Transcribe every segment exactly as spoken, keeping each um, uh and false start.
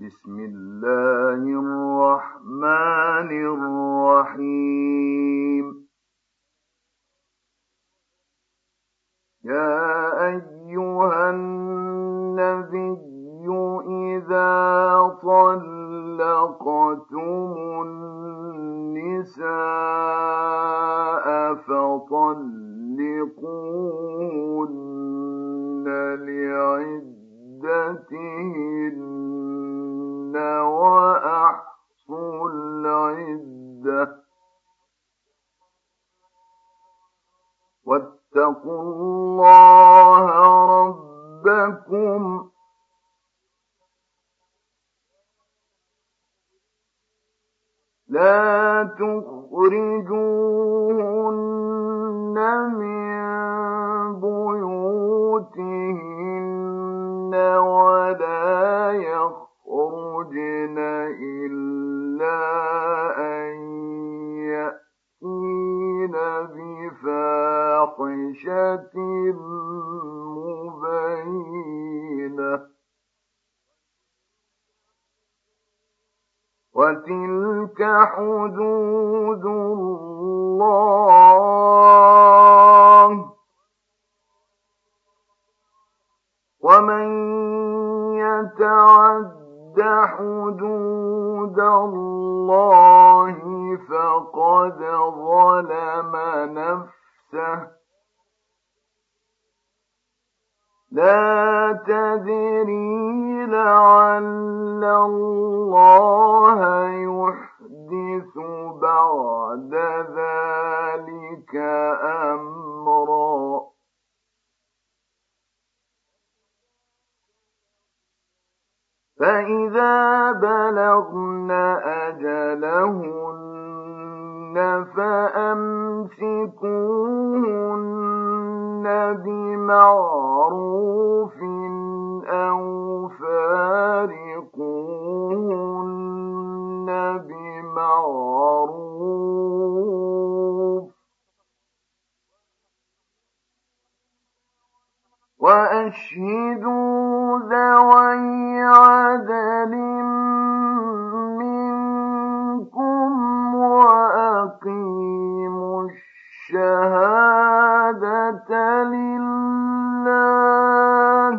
بسم الله الرحمن الرحيم. يا أيها النبي إذا طلقتم النساء فطلقوهن لعدتهن وأحصوا العدة واتقوا الله ربكم لا تخرجوهن من بيوتهن ولا يخرجن إلا أن يأتين بفاحشة مبينة وتلك حدود الله ومن يتعد حدود الله فقد ظلم نفسه لا تدري لعل الله يحدث بعد ذلك أمرا فإذا بلغن أجلهن فأمسكوهن بمعروف أو فارقوهن بمعروف وأشهدوا ذوي عدل منكم وأقيموا الشهادة لله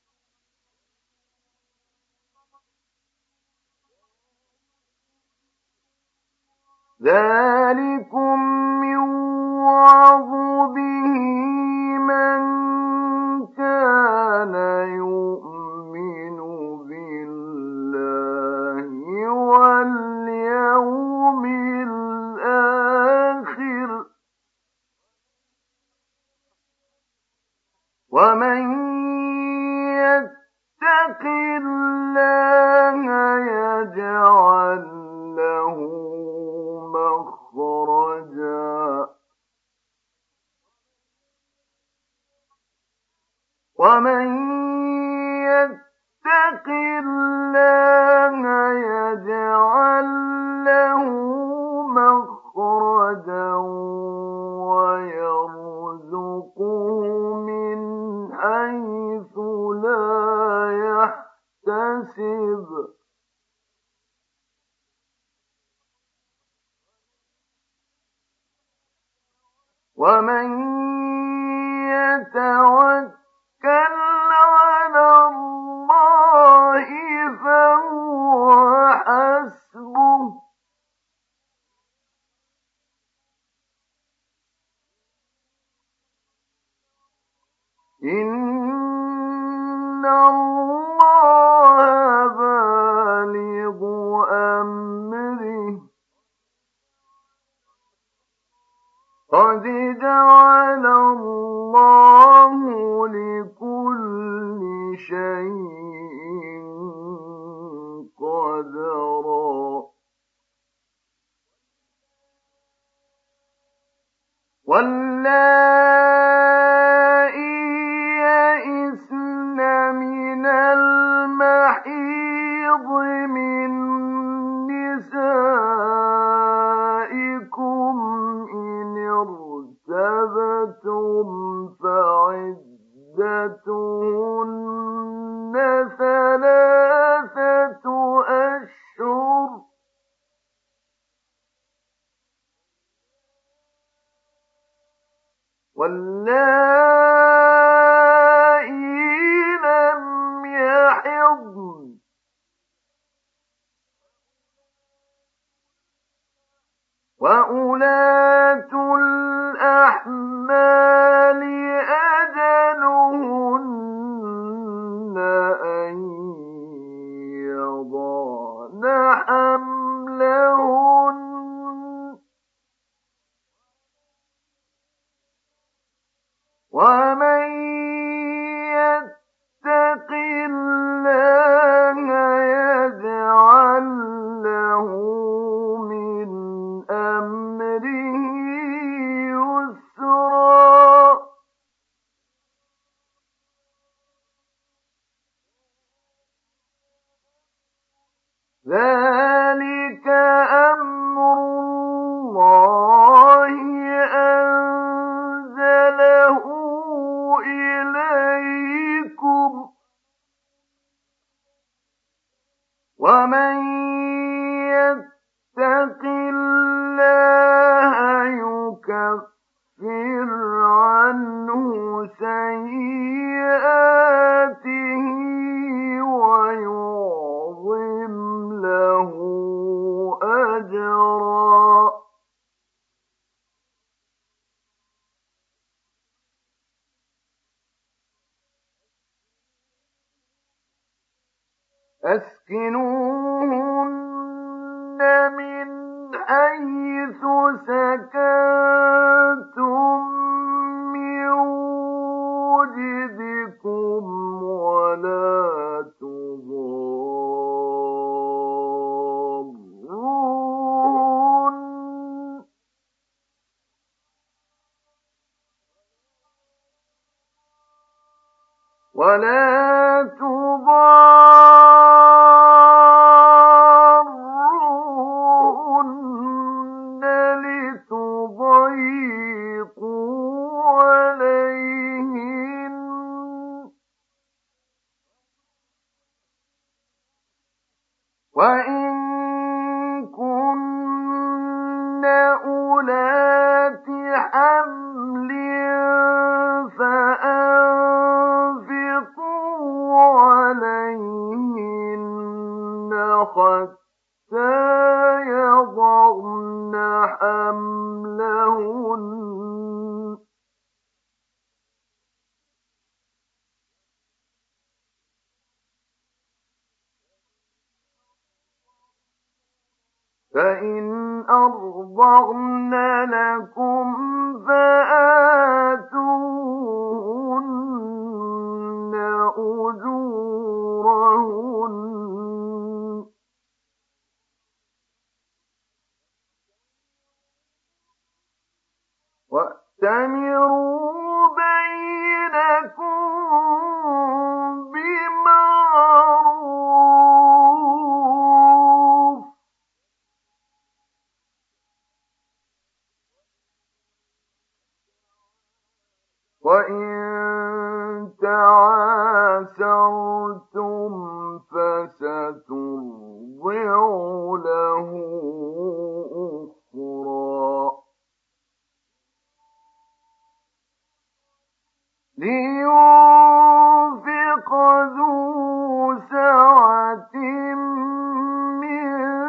ذلكم يوعظ به من كان يؤمن بالله واليوم الآخر ومن يتق الله يجعل له مخرجا ومن يتق الله يجعل له مخرجا ويرزقه من حيث لا يحتسب ومن يتوكل على الله فهو حسبه إن الله بالغ أمره قد جعل الله لكل شيء قدرا واللائي يئسن من المحيض من نسائكم إن ارتبتم فعدتهن ثلاثة وَأُولَاتُ الْأَحْمَالِ أَجَلُهُنَّ أَن يَضَعْنَ حَمْلَهُنَّ ۚ وَمَن يَتَّقِ اللَّهَ يَجْعَل لَّهُ مِنْ أَمْرِهِ يُسْرًا. ذَلِكَ أَمْرُ اللَّهِ أَنزَلَهُ إِلَيْكُمْ ۚ وَمَن يَتَّقِ اللَّهَ يُكَفِّرْ عَنْهُ سَيِّئَاتِهِ وَيُعْظِمْ لَهُ أَجْرًا. أَسْكِنُوهُنَّ مِنْ حَيْثُ سَكَنتُم مِّن وُجْدِكُمْ وَلَا تُضَارُّوهُنَّ وَلَا تُضَارُّوهُنَّ لِتُضَيِّقُوا عَلَيْهِنَّ ۚ وَإِن كُنَّ أُولَاتِ حَمْلٍ فَأَنفِقُوا عَلَيْهِنَّ حَتَّىٰ يَضَعْنَ حَمْلَهُنَّ ۚ فَإِنْ أَرْضَعْنَ لَكُمْ فَآتُوهُنَّ أُجُورَهُنَّ ۖ وَأْتَمِرُوا بَيْنَكُم بِمَعْرُوفٍ ۖ وَإِن تَعَاسَرْتُمْ فَسَتُرْضِعُ لَهُ أُخْرَىٰ. لِيُنفِقْ ذُو سَعَةٍ مِّن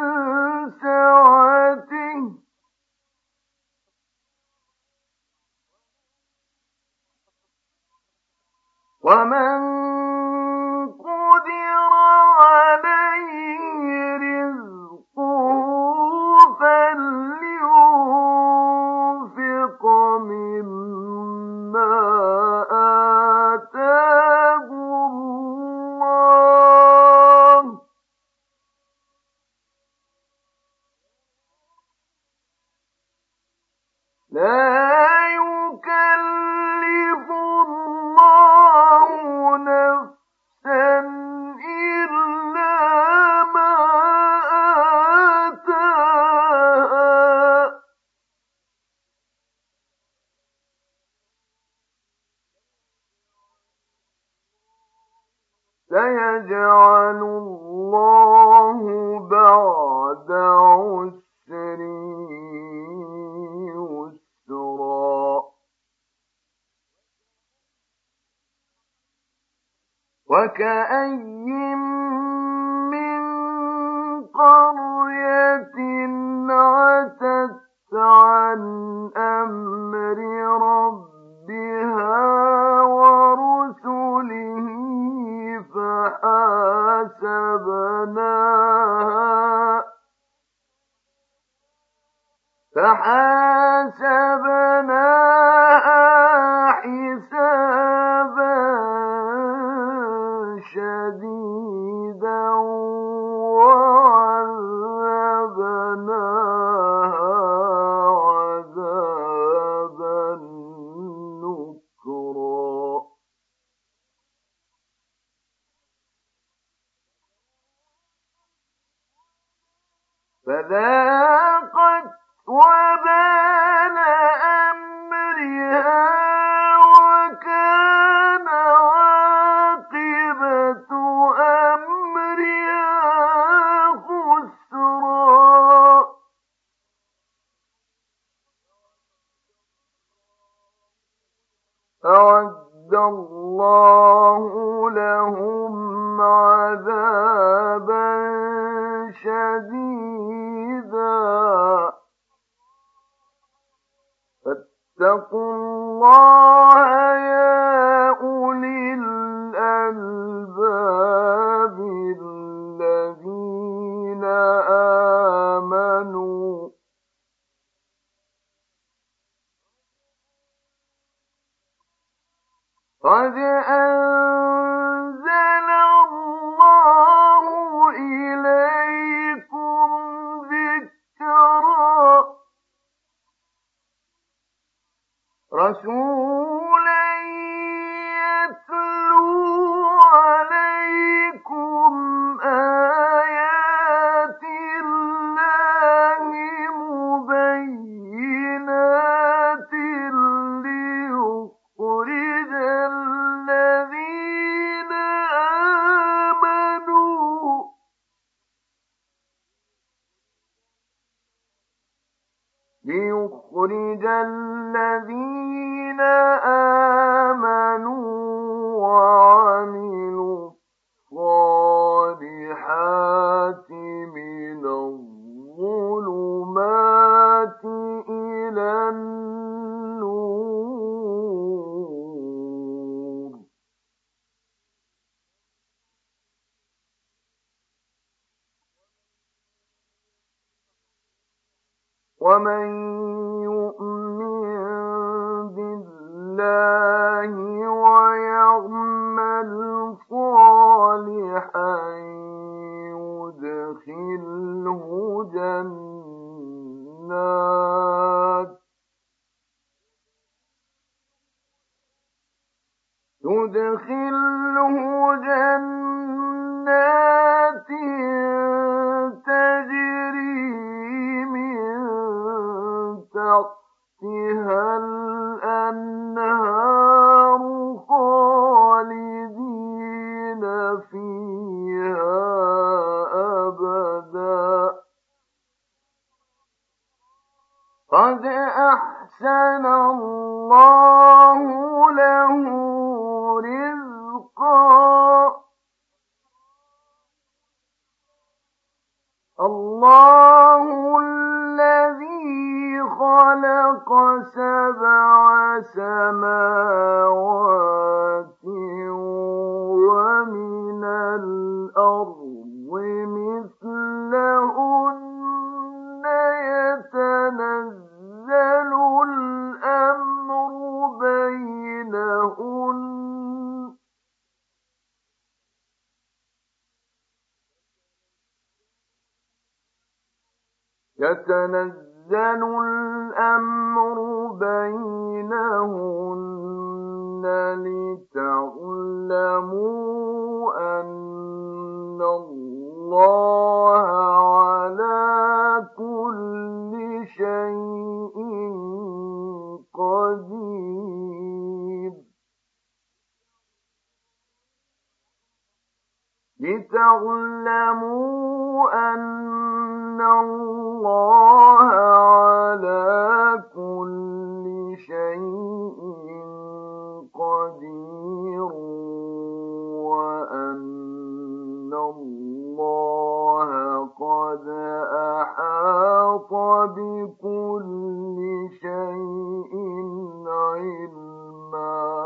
سَعَتِهِ ۖ وَمَن قُدِرَ عَلَيْهِ رِزْقُهُ فَلْيُنفِقْ مِمَّا آتَاهُ اللَّهُ ۚ لَا يُكَلِّفُ اللَّهُ نَفْسًا إِلَّا مَا آتَاهَا ۚ سَيَجْعَلُ اللَّهُ بَعْدَ عُسْرٍ يُسْرًا. وَكَأَيِّن مِّن قَرْيَةٍ عَتَتْ فحاسبناها حسابا شديدا وعذبناها عذابا نكرا فذاقت وبال أمرها وكان عاقبة أمرها خسرا أعد الله لهم عذابا شديدا فاتقوا الله يا أولي الألباب الذين آمنوا قد أنزل الله إليكم ذكرا رسولا يتلو عليكم آيات الله مبينات ليخرج الذين آمنوا ليخرج الذين آمنوا وعملوا الصالحات من الظلمات إلى النور ومن يؤمن بالله ويعمل صالحا يدخله جنات يدخله جنات تجري من تحتها الأنهار خالدين فيها أبدا قد أحسن الله له رزقا الله الذي خلق سبع سماوات ومن الأرض مثلهن يتنزل الأمر بينهن يتنزل الأمر بينهن لتعلموا أن الله على كل شيء قدير لتعلموا أن الله على كل شيء قدير وأن الله قد أحاط بكل شيء علما